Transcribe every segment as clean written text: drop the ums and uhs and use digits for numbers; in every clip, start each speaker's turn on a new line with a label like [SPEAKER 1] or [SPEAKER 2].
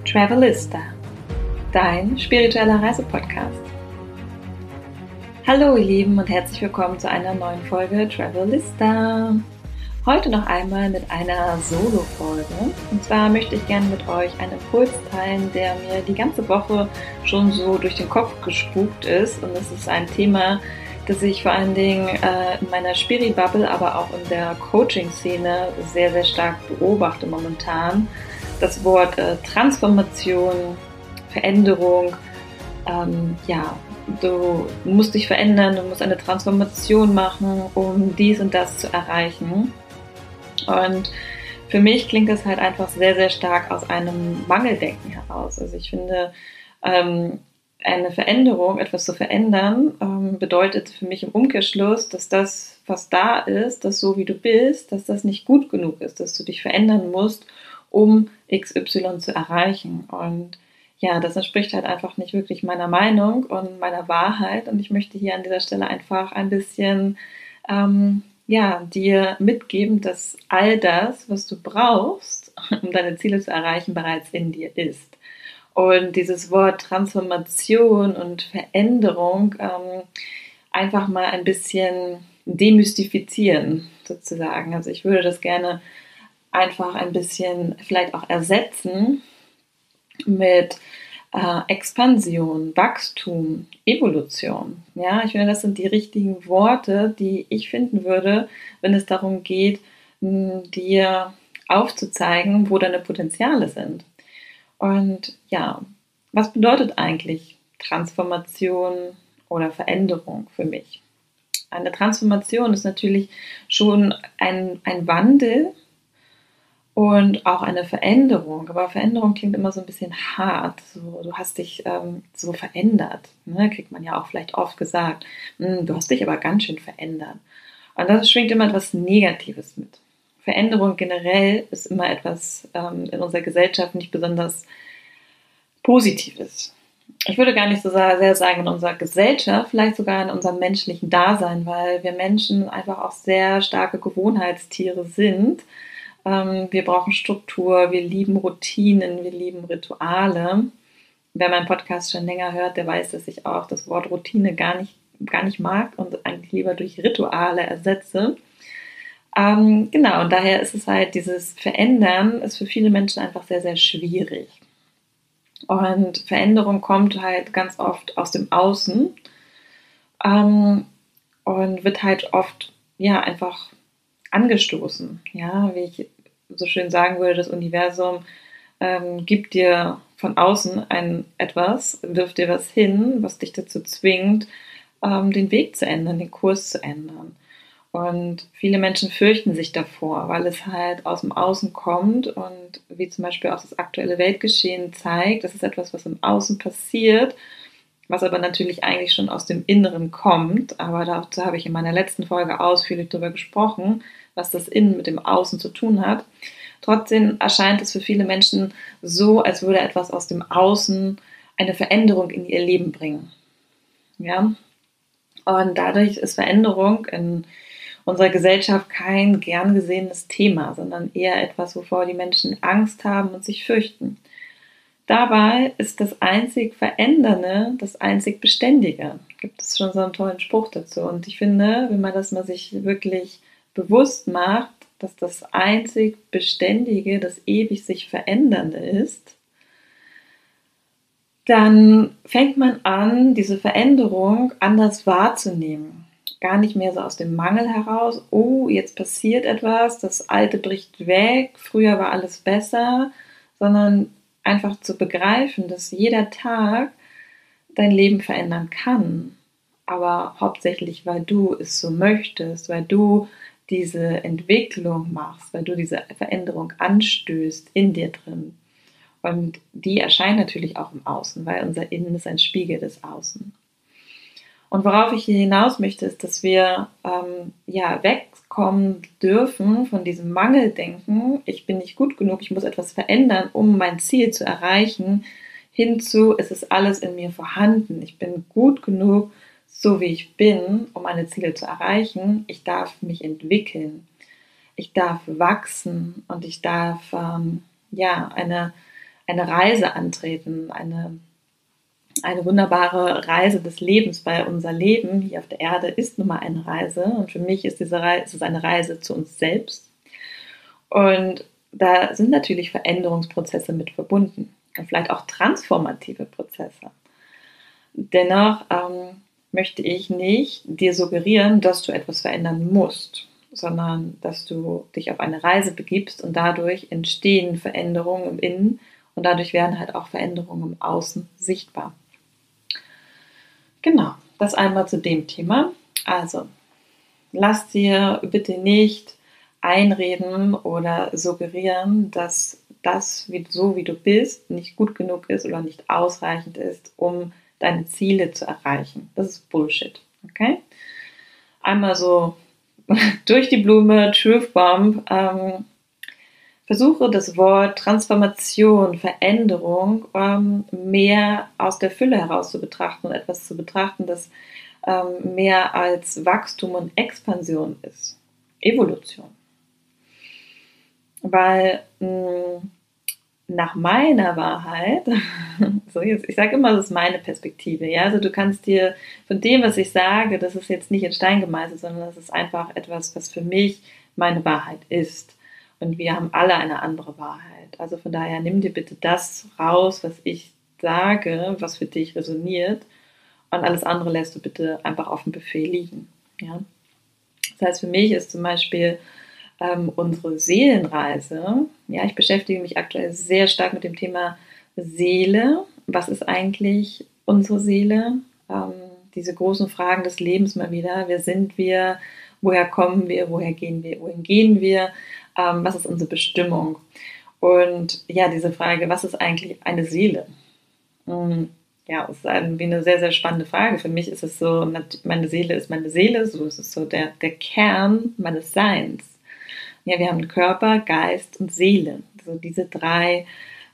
[SPEAKER 1] Travelista, dein spiritueller Reisepodcast. Hallo ihr Lieben und herzlich willkommen zu einer neuen Folge Travelista. Heute noch einmal mit einer Solo-Folge. Und zwar möchte ich gerne mit euch einen Impuls teilen, der mir die ganze Woche schon so durch den Kopf gespukt ist. Und es ist ein Thema, das ich vor allen Dingen in meiner Spiri-Bubble, aber auch in der Coaching-Szene sehr, sehr stark beobachte momentan. Das Wort Transformation, Veränderung, du musst dich verändern, du musst eine Transformation machen, um dies und das zu erreichen. Und für mich klingt das halt einfach sehr, sehr stark aus einem Mangeldenken heraus. Also ich finde, eine Veränderung, etwas zu verändern, bedeutet für mich im Umkehrschluss, dass das, was da ist, das so wie du bist, dass das nicht gut genug ist, dass du dich verändern musst, um XY zu erreichen. Und ja, das entspricht halt einfach nicht wirklich meiner Meinung und meiner Wahrheit. Und ich möchte hier an dieser Stelle einfach ein bisschen dir mitgeben, dass all das, was du brauchst, um deine Ziele zu erreichen, bereits in dir ist. Und dieses Wort Transformation und Veränderung einfach mal ein bisschen demystifizieren, sozusagen. Also ich würde das gerne einfach ein bisschen vielleicht auch ersetzen mit Expansion, Wachstum, Evolution. Ja, ich finde, das sind die richtigen Worte, die ich finden würde, wenn es darum geht, dir aufzuzeigen, wo deine Potenziale sind. Und ja, was bedeutet eigentlich Transformation oder Veränderung für mich? Eine Transformation ist natürlich schon ein Wandel, und auch eine Veränderung, aber Veränderung klingt immer so ein bisschen hart. So, du hast dich so verändert, ne? Kriegt man ja auch vielleicht oft gesagt. Du hast dich aber ganz schön verändert. Und das schwingt immer etwas Negatives mit. Veränderung generell ist immer etwas in unserer Gesellschaft nicht besonders Positives. Ich würde gar nicht so sehr sagen in unserer Gesellschaft, vielleicht sogar in unserem menschlichen Dasein, weil wir Menschen einfach auch sehr starke Gewohnheitstiere sind. Wir brauchen Struktur, wir lieben Routinen, wir lieben Rituale. Wer meinen Podcast schon länger hört, der weiß, dass ich auch das Wort Routine gar nicht mag und eigentlich lieber durch Rituale ersetze. Genau, und daher ist es halt, dieses Verändern ist für viele Menschen einfach sehr, sehr schwierig. Und Veränderung kommt halt ganz oft aus dem Außen und wird halt oft einfach angestoßen. Ja, wie ich so schön sagen würde, das Universum gibt dir von außen etwas, wirft dir was hin, was dich dazu zwingt, den Weg zu ändern, den Kurs zu ändern. Und viele Menschen fürchten sich davor, weil es halt aus dem Außen kommt und wie zum Beispiel auch das aktuelle Weltgeschehen zeigt, das ist etwas, was im Außen passiert, was aber natürlich eigentlich schon aus dem Inneren kommt. Aber dazu habe ich in meiner letzten Folge ausführlich darüber gesprochen, was das Innen mit dem Außen zu tun hat. Trotzdem erscheint es für viele Menschen so, als würde etwas aus dem Außen eine Veränderung in ihr Leben bringen. Ja? Und dadurch ist Veränderung in unserer Gesellschaft kein gern gesehenes Thema, sondern eher etwas, wovor die Menschen Angst haben und sich fürchten. Dabei ist das einzig Verändernde, das einzig Beständige. Gibt es schon so einen tollen Spruch dazu. Und ich finde, wenn man das mal sich wirklich bewusst macht, dass das einzig Beständige, das ewig sich Verändernde ist, dann fängt man an, diese Veränderung anders wahrzunehmen. Gar nicht mehr so aus dem Mangel heraus, oh, jetzt passiert etwas, das Alte bricht weg, früher war alles besser, sondern einfach zu begreifen, dass jeder Tag dein Leben verändern kann, aber hauptsächlich, weil du es so möchtest, weil du diese Entwicklung machst, weil du diese Veränderung anstößt in dir drin. Und die erscheint natürlich auch im Außen, weil unser Innen ist ein Spiegel des Außen. Und worauf ich hier hinaus möchte, ist, dass wir wegkommen dürfen von diesem Mangeldenken, ich bin nicht gut genug, ich muss etwas verändern, um mein Ziel zu erreichen, hinzu, es ist alles in mir vorhanden, ich bin gut genug, so wie ich bin, um meine Ziele zu erreichen, ich darf mich entwickeln, ich darf wachsen und ich darf eine eine Reise antreten, eine wunderbare Reise des Lebens, weil unser Leben hier auf der Erde ist nun mal eine Reise und für mich ist diese Reise, ist eine Reise zu uns selbst und da sind natürlich Veränderungsprozesse mit verbunden und vielleicht auch transformative Prozesse. Dennoch möchte ich nicht dir suggerieren, dass du etwas verändern musst, sondern dass du dich auf eine Reise begibst und dadurch entstehen Veränderungen im Innen und dadurch werden halt auch Veränderungen im Außen sichtbar. Genau, das einmal zu dem Thema. Also, lass dir bitte nicht einreden oder suggerieren, dass das, so wie du bist, nicht gut genug ist oder nicht ausreichend ist, um deine Ziele zu erreichen. Das ist Bullshit. Okay? Einmal so durch die Blume, Truth Bomb. Versuche das Wort Transformation, Veränderung mehr aus der Fülle heraus zu betrachten und etwas zu betrachten, das mehr als Wachstum und Expansion ist. Evolution. Weil nach meiner Wahrheit, so jetzt, ich sage immer, das ist meine Perspektive, ja, also du kannst dir von dem, was ich sage, das ist jetzt nicht in Stein gemeißelt, sondern das ist einfach etwas, was für mich meine Wahrheit ist. Und wir haben alle eine andere Wahrheit. Also von daher nimm dir bitte das raus, was ich sage, was für dich resoniert und alles andere lässt du bitte einfach auf dem Buffet liegen. Ja? Das heißt, für mich ist zum Beispiel unsere Seelenreise, ja, ich beschäftige mich aktuell sehr stark mit dem Thema Seele. Was ist eigentlich unsere Seele? Diese großen Fragen des Lebens mal wieder. Wer sind wir? Woher kommen wir? Woher gehen wir? Wohin gehen wir? Was ist unsere Bestimmung? Und ja, diese Frage, was ist eigentlich eine Seele? Ja, das ist irgendwie eine sehr, sehr spannende Frage. Für mich ist es so, meine Seele ist meine Seele, so ist es so der Kern meines Seins. Ja, wir haben Körper, Geist und Seele. Also diese drei,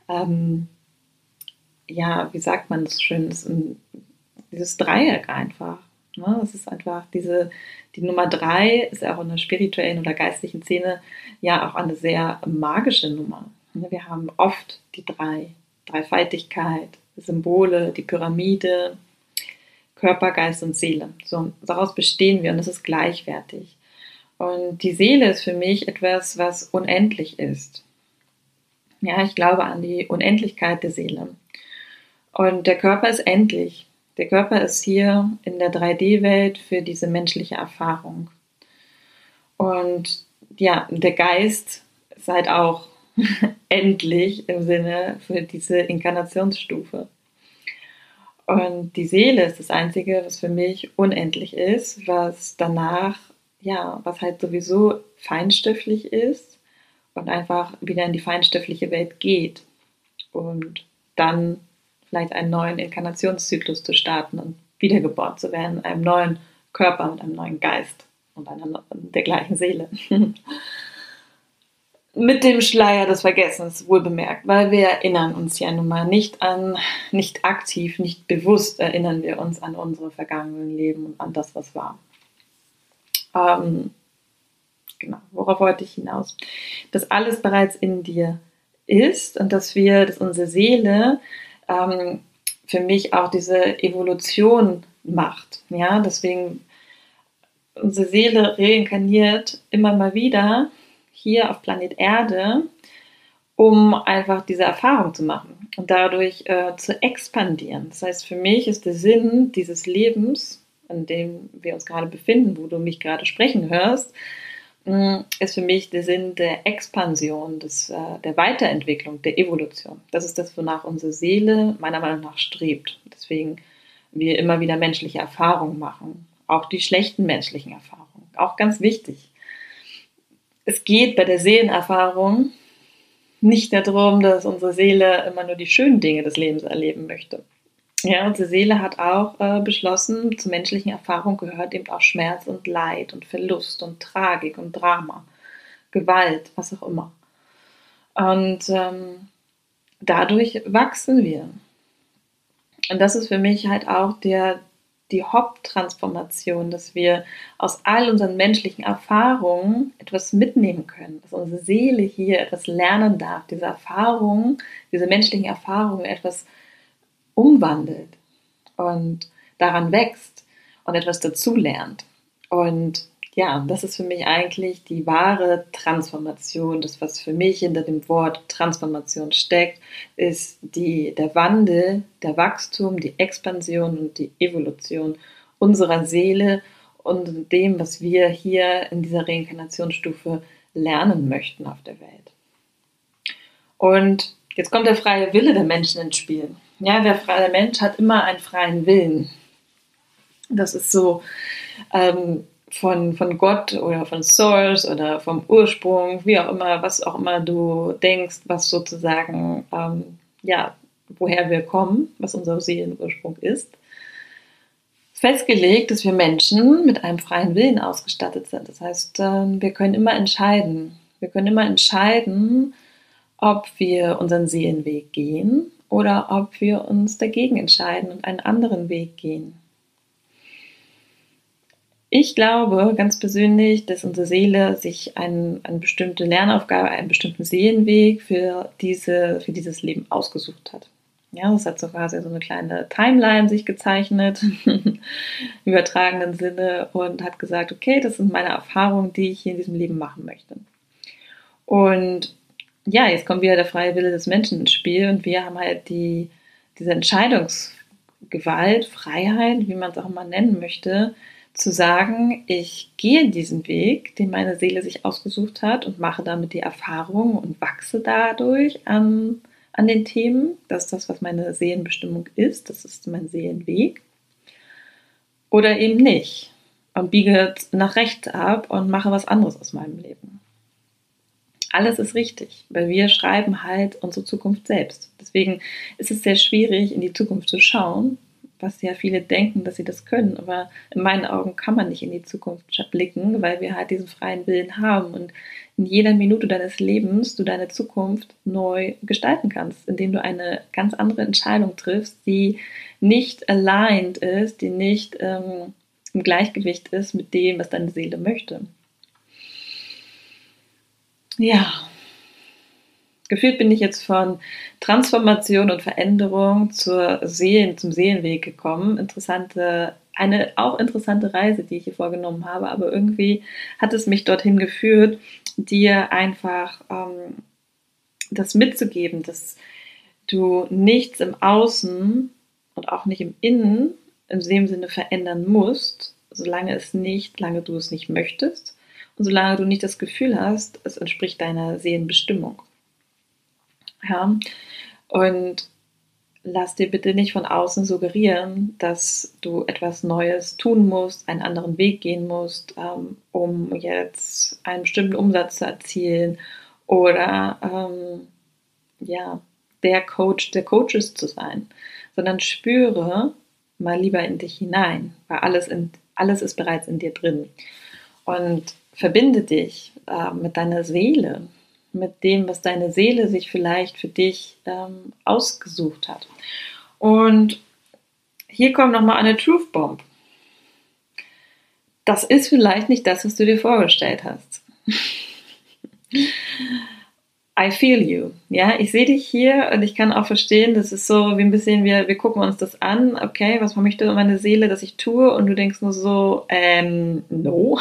[SPEAKER 1] ja, wie sagt man das schön, das ist dieses Dreieck einfach. Ne? Das ist einfach die Nummer 3 ist auch in der spirituellen oder geistlichen Szene ja auch eine sehr magische Nummer. Wir haben oft die Dreifaltigkeit, Symbole, die Pyramide, Körper, Geist und Seele. So, daraus bestehen wir und das ist gleichwertig. Und die Seele ist für mich etwas, was unendlich ist. Ja, ich glaube an die Unendlichkeit der Seele. Und der Körper ist endlich. Der Körper ist hier in der 3D-Welt für diese menschliche Erfahrung. Und ja, der Geist ist halt auch endlich im Sinne für diese Inkarnationsstufe. Und die Seele ist das Einzige, was für mich unendlich ist, was danach, ja, was halt sowieso feinstofflich ist und einfach wieder in die feinstoffliche Welt geht und dann vielleicht einen neuen Inkarnationszyklus zu starten und wiedergeboren zu werden in einem neuen Körper mit einem neuen Geist und der gleichen Seele. Mit dem Schleier des Vergessens, wohlbemerkt, weil wir erinnern uns ja nun mal nicht aktiv, nicht bewusst erinnern wir uns an unsere vergangenen Leben und an das, was war. Genau, worauf wollte ich hinaus? Dass alles bereits in dir ist und dass unsere Seele für mich auch diese Evolution macht. Ja, deswegen unsere Seele reinkarniert immer mal wieder hier auf Planet Erde, um einfach diese Erfahrung zu machen und dadurch zu expandieren. Das heißt, für mich ist der Sinn dieses Lebens, in dem wir uns gerade befinden, wo du mich gerade sprechen hörst, ist für mich der Sinn der Expansion, der Weiterentwicklung, der Evolution. Das ist das, wonach unsere Seele meiner Meinung nach strebt. Deswegen wir immer wieder menschliche Erfahrungen machen, auch die schlechten menschlichen Erfahrungen, auch ganz wichtig. Es geht bei der Seelenerfahrung nicht darum, dass unsere Seele immer nur die schönen Dinge des Lebens erleben möchte. Ja, unsere Seele hat auch beschlossen, zur menschlichen Erfahrung gehört eben auch Schmerz und Leid und Verlust und Tragik und Drama, Gewalt, was auch immer. Und dadurch wachsen wir. Und das ist für mich halt auch die Haupttransformation, dass wir aus all unseren menschlichen Erfahrungen etwas mitnehmen können, dass unsere Seele hier etwas lernen darf, diese Erfahrungen, diese menschlichen Erfahrungen etwas umwandelt und daran wächst und etwas dazulernt. Und ja, das ist für mich eigentlich die wahre Transformation. Das, was für mich hinter dem Wort Transformation steckt, ist der Wandel, der Wachstum, die Expansion und die Evolution unserer Seele und dem, was wir hier in dieser Reinkarnationsstufe lernen möchten auf der Welt. Und jetzt kommt der freie Wille der Menschen ins Spiel. Ja, der Mensch hat immer einen freien Willen. Das ist so von Gott oder von Source oder vom Ursprung, wie auch immer, was auch immer du denkst, was sozusagen, woher wir kommen, was unser Seelenursprung ist, festgelegt, dass wir Menschen mit einem freien Willen ausgestattet sind. Das heißt, wir können immer entscheiden. Wir können immer entscheiden, ob wir unseren Seelenweg gehen oder ob wir uns dagegen entscheiden und einen anderen Weg gehen. Ich glaube ganz persönlich, dass unsere Seele sich eine bestimmte Lernaufgabe, einen bestimmten Seelenweg für dieses Leben ausgesucht hat. Ja, das hat so quasi so eine kleine Timeline sich gezeichnet, im übertragenen Sinne, und hat gesagt, okay, das sind meine Erfahrungen, die ich hier in diesem Leben machen möchte. Und ja, jetzt kommt wieder der freie Wille des Menschen ins Spiel und wir haben halt diese Entscheidungsgewalt, Freiheit, wie man es auch immer nennen möchte, zu sagen, ich gehe diesen Weg, den meine Seele sich ausgesucht hat und mache damit die Erfahrung und wachse dadurch an den Themen. Das ist das, was meine Seelenbestimmung ist, das ist mein Seelenweg. Oder eben nicht und biege nach rechts ab und mache was anderes aus meinem Leben. Alles ist richtig, weil wir schreiben halt unsere Zukunft selbst. Deswegen ist es sehr schwierig, in die Zukunft zu schauen, was ja viele denken, dass sie das können. Aber in meinen Augen kann man nicht in die Zukunft blicken, weil wir halt diesen freien Willen haben und in jeder Minute deines Lebens du deine Zukunft neu gestalten kannst, indem du eine ganz andere Entscheidung triffst, die nicht aligned ist, die nicht im Gleichgewicht ist mit dem, was deine Seele möchte. Ja, gefühlt bin ich jetzt von Transformation und Veränderung zum Seelenweg gekommen. Eine auch interessante Reise, die ich hier vorgenommen habe, aber irgendwie hat es mich dorthin geführt, dir einfach das mitzugeben, dass du nichts im Außen und auch nicht im Innen in dem Sinne verändern musst, solange du es nicht möchtest und solange du nicht das Gefühl hast, es entspricht deiner Seelenbestimmung. Ja, und lass dir bitte nicht von außen suggerieren, dass du etwas Neues tun musst, einen anderen Weg gehen musst, um jetzt einen bestimmten Umsatz zu erzielen oder der Coach der Coaches zu sein, sondern spüre mal lieber in dich hinein, weil alles ist bereits in dir drin. Und verbinde dich mit deiner Seele, mit dem, was deine Seele sich vielleicht für dich ausgesucht hat. Und hier kommt nochmal eine Truth Bomb. Das ist vielleicht nicht das, was du dir vorgestellt hast. I feel you. Ja, ich sehe dich hier und ich kann auch verstehen, das ist so wie ein bisschen, wir gucken uns das an, okay, was möchte meine Seele, dass ich tue? Und du denkst nur so, no,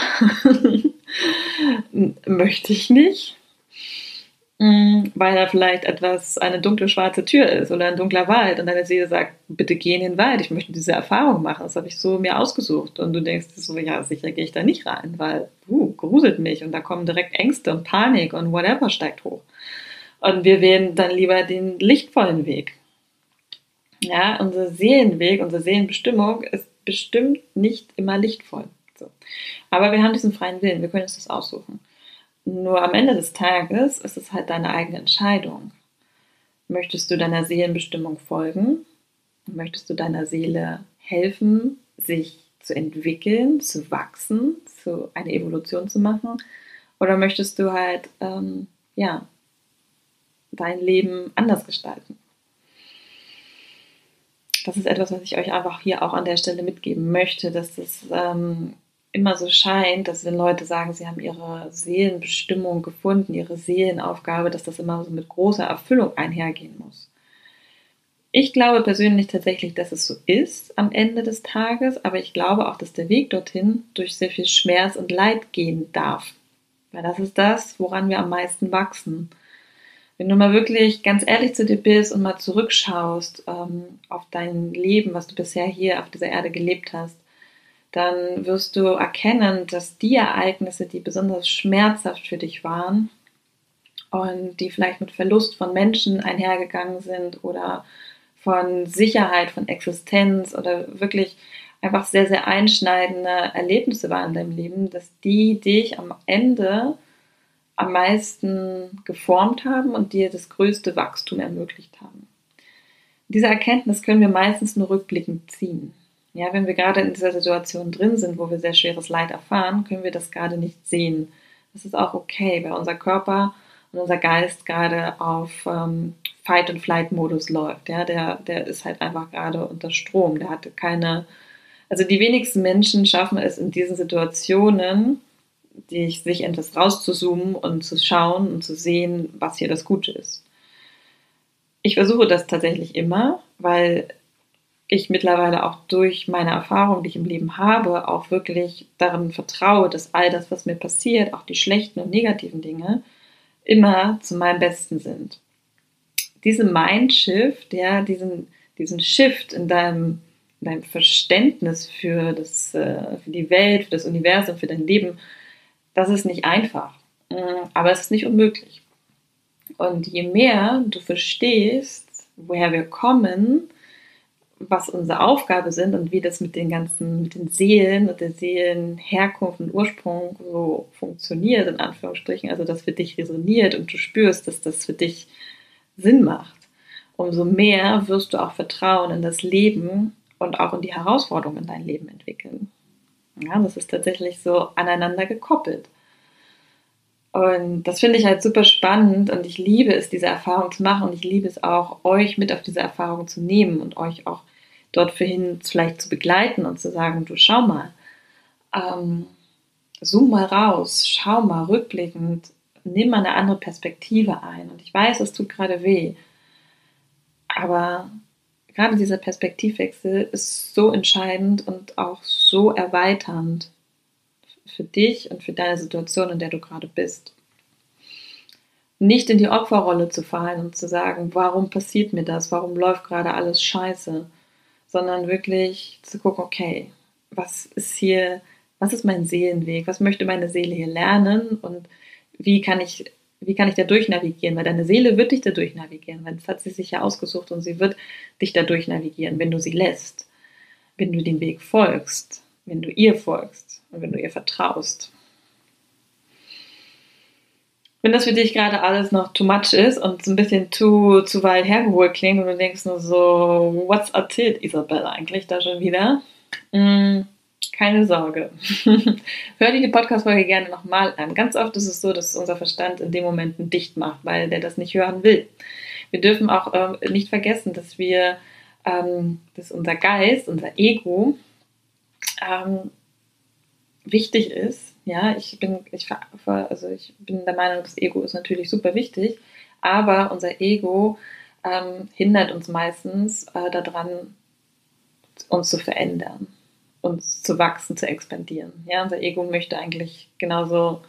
[SPEAKER 1] möchte ich nicht. Weil da vielleicht eine dunkle schwarze Tür ist oder ein dunkler Wald und deine Seele sagt, bitte geh in den Wald, ich möchte diese Erfahrung machen, das habe ich so mir ausgesucht. Und du denkst so, ja, sicher gehe ich da nicht rein, weil gruselt mich und da kommen direkt Ängste und Panik und whatever steigt hoch. Und wir wählen dann lieber den lichtvollen Weg. Ja, unser Seelenweg, unsere Seelenbestimmung ist bestimmt nicht immer lichtvoll. So. Aber wir haben diesen freien Willen, wir können uns das aussuchen. Nur am Ende des Tages ist es halt deine eigene Entscheidung. Möchtest du deiner Seelenbestimmung folgen? Möchtest du deiner Seele helfen, sich zu entwickeln, zu wachsen, eine Evolution zu machen? Oder möchtest du halt, dein Leben anders gestalten? das ist etwas, was ich euch einfach hier auch an der Stelle mitgeben möchte, dass das immer so scheint, dass wenn Leute sagen, sie haben ihre Seelenbestimmung gefunden, ihre Seelenaufgabe, dass das immer so mit großer Erfüllung einhergehen muss. Ich glaube persönlich tatsächlich, dass es so ist am Ende des Tages, aber ich glaube auch, dass der Weg dorthin durch sehr viel Schmerz und Leid gehen darf. Weil das ist das, woran wir am meisten wachsen. Wenn du mal wirklich ganz ehrlich zu dir bist und mal zurückschaust auf dein Leben, was du bisher hier auf dieser Erde gelebt hast, dann wirst du erkennen, dass die Ereignisse, die besonders schmerzhaft für dich waren und die vielleicht mit Verlust von Menschen einhergegangen sind oder von Sicherheit, von Existenz oder wirklich einfach sehr, sehr einschneidende Erlebnisse waren in deinem Leben, dass die dich am Ende am meisten geformt haben und dir das größte Wachstum ermöglicht haben. Diese Erkenntnis können wir meistens nur rückblickend ziehen. Ja, wenn wir gerade in dieser Situation drin sind, wo wir sehr schweres Leid erfahren, können wir das gerade nicht sehen. Das ist auch okay, weil unser Körper und unser Geist gerade auf Fight- und Flight-Modus läuft. Ja, der ist halt einfach gerade unter Strom. Der hatte keine, also die wenigsten Menschen schaffen es in diesen Situationen, sich etwas rauszuzoomen und zu schauen und zu sehen, was hier das Gute ist. Ich versuche das tatsächlich immer, weil ich mittlerweile auch durch meine Erfahrungen, die ich im Leben habe, auch wirklich darin vertraue, dass all das, was mir passiert, auch die schlechten und negativen Dinge, immer zu meinem Besten sind. Diese Mindshift, ja, diesen Shift in deinem Verständnis für die Welt, für das Universum, für dein Leben, das ist nicht einfach, aber es ist nicht unmöglich. Und je mehr du verstehst, woher wir kommen, was unsere Aufgabe sind und wie das mit den Seelen und der Seelenherkunft und Ursprung so funktioniert, in Anführungsstrichen, also das für dich resoniert und du spürst, dass das für dich Sinn macht, umso mehr wirst du auch Vertrauen in das Leben und auch in die Herausforderungen in dein Leben entwickeln. Ja, das ist tatsächlich so aneinander gekoppelt. Und das finde ich halt super spannend und ich liebe es, diese Erfahrung zu machen und ich liebe es auch, euch mit auf diese Erfahrung zu nehmen und euch auch dort vorhin vielleicht zu begleiten und zu sagen, du schau mal, zoom mal raus, schau mal rückblickend, nimm mal eine andere Perspektive ein. Und ich weiß, es tut gerade weh, aber gerade dieser Perspektivwechsel ist so entscheidend und auch so erweiternd für dich und für deine Situation, in der du gerade bist. Nicht in die Opferrolle zu fallen und zu sagen, warum passiert mir das, warum läuft gerade alles scheiße, sondern wirklich zu gucken, okay, was ist mein Seelenweg, was möchte meine Seele hier lernen und wie kann ich da durchnavigieren, weil deine Seele wird dich da durchnavigieren, weil das hat sie sich ja ausgesucht und sie wird dich da durchnavigieren, wenn du sie lässt, wenn du den Weg folgst, wenn du ihr folgst und wenn du ihr vertraust. Wenn das für dich gerade alles noch too much ist und so ein bisschen zu weit hergeholt klingt und du denkst nur so, what's erzählt Isabel eigentlich da schon wieder? Keine Sorge. Hör dir die Podcast-Folge gerne nochmal an. Ganz oft ist es so, dass unser Verstand in dem Moment dicht macht, weil der das nicht hören will. Wir dürfen auch nicht vergessen, dass dass unser Geist, unser Ego wichtig ist. Ja, ich bin der Meinung, das Ego ist natürlich super wichtig, aber unser Ego hindert uns meistens daran, uns zu verändern, uns zu wachsen, zu expandieren. Ja, unser Ego möchte eigentlich genauso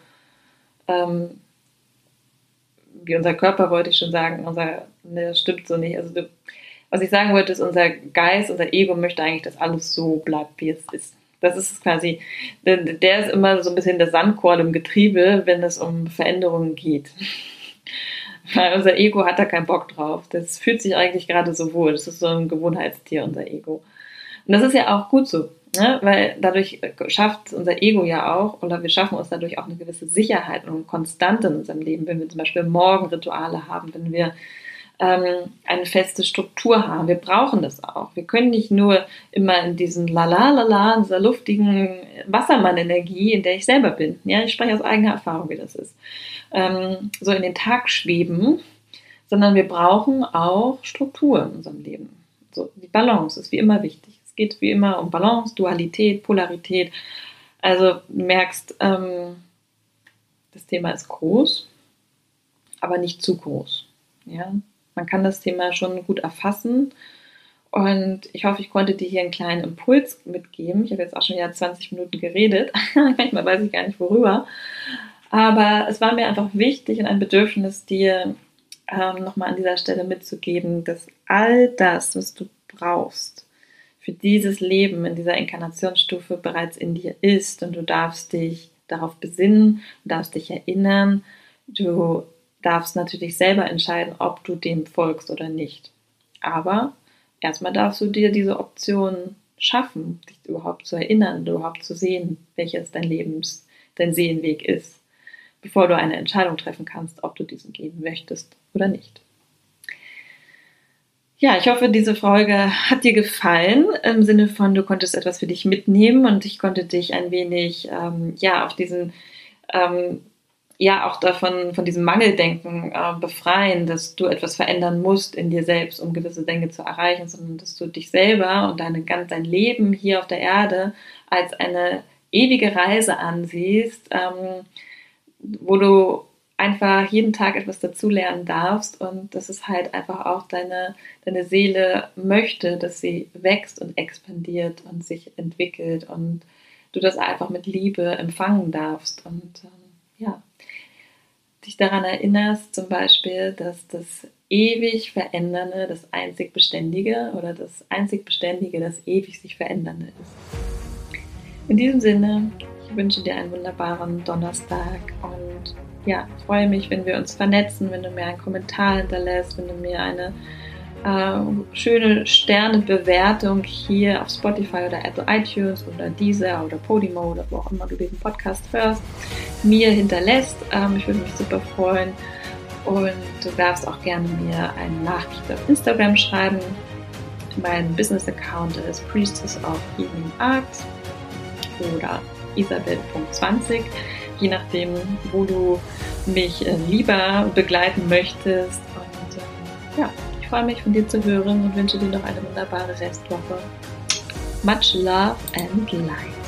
[SPEAKER 1] wie unser Körper, wollte ich schon sagen, das stimmt so nicht. Also was ich sagen wollte, ist, unser Geist, unser Ego möchte eigentlich, dass alles so bleibt, wie es ist. Das ist quasi, der ist immer so ein bisschen der Sandkorn im Getriebe, wenn es um Veränderungen geht. Weil unser Ego hat da keinen Bock drauf. Das fühlt sich eigentlich gerade so wohl. Das ist so ein Gewohnheitstier, unser Ego. Und das ist ja auch gut so, ne? Weil dadurch schafft unser Ego ja auch, oder wir schaffen uns dadurch auch eine gewisse Sicherheit und Konstante in unserem Leben, wenn wir zum Beispiel Morgenrituale haben, wenn wir eine feste Struktur haben. Wir brauchen das auch. Wir können nicht nur immer in diesen in dieser luftigen Wassermann-Energie, in der ich selber bin. Ja, ich spreche aus eigener Erfahrung, wie das ist. So in den Tag schweben, sondern wir brauchen auch Struktur in unserem Leben. So, die Balance ist wie immer wichtig. Es geht wie immer um Balance, Dualität, Polarität. Also du merkst, das Thema ist groß, aber nicht zu groß. Ja? Man kann das Thema schon gut erfassen. Und ich hoffe, ich konnte dir hier einen kleinen Impuls mitgeben. Ich habe jetzt auch schon wieder 20 Minuten geredet. Manchmal weiß ich gar nicht, worüber. Aber es war mir einfach wichtig und ein Bedürfnis, dir nochmal an dieser Stelle mitzugeben, dass all das, was du brauchst für dieses Leben in dieser Inkarnationsstufe bereits in dir ist. Und du darfst dich darauf besinnen, du darfst dich erinnern, du darfst natürlich selber entscheiden, ob du dem folgst oder nicht. Aber erstmal darfst du dir diese Option schaffen, dich überhaupt zu erinnern, überhaupt zu sehen, welches dein Seelenweg ist, bevor du eine Entscheidung treffen kannst, ob du diesen gehen möchtest oder nicht. Ja, ich hoffe, diese Folge hat dir gefallen, im Sinne von, du konntest etwas für dich mitnehmen und ich konnte dich ein wenig, auf diesen, auch von diesem Mangeldenken befreien, dass du etwas verändern musst in dir selbst, um gewisse Dinge zu erreichen, sondern dass du dich selber und dein Leben hier auf der Erde als eine ewige Reise ansiehst, wo du einfach jeden Tag etwas dazulernen darfst und dass es halt einfach auch deine Seele möchte, dass sie wächst und expandiert und sich entwickelt und du das einfach mit Liebe empfangen darfst und dich daran erinnerst zum Beispiel, dass das ewig Verändernde das einzig Beständige oder das einzig Beständige das ewig sich Verändernde ist. In diesem Sinne, ich wünsche dir einen wunderbaren Donnerstag und ja, ich freue mich, wenn wir uns vernetzen, wenn du mir einen Kommentar hinterlässt, wenn du mir eine schöne Sternebewertung hier auf Spotify oder Apple iTunes oder Deezer oder Podimo oder wo auch immer du diesen Podcast hörst, mir hinterlässt. Ich würde mich super freuen und du darfst auch gerne mir eine Nachricht auf Instagram schreiben. Mein Business-Account ist Priestess of Healing Arts oder isabel.20, je nachdem, wo du mich lieber begleiten möchtest. Und ich freue mich, von dir zu hören und wünsche dir noch eine wunderbare Restwoche. Much love and light.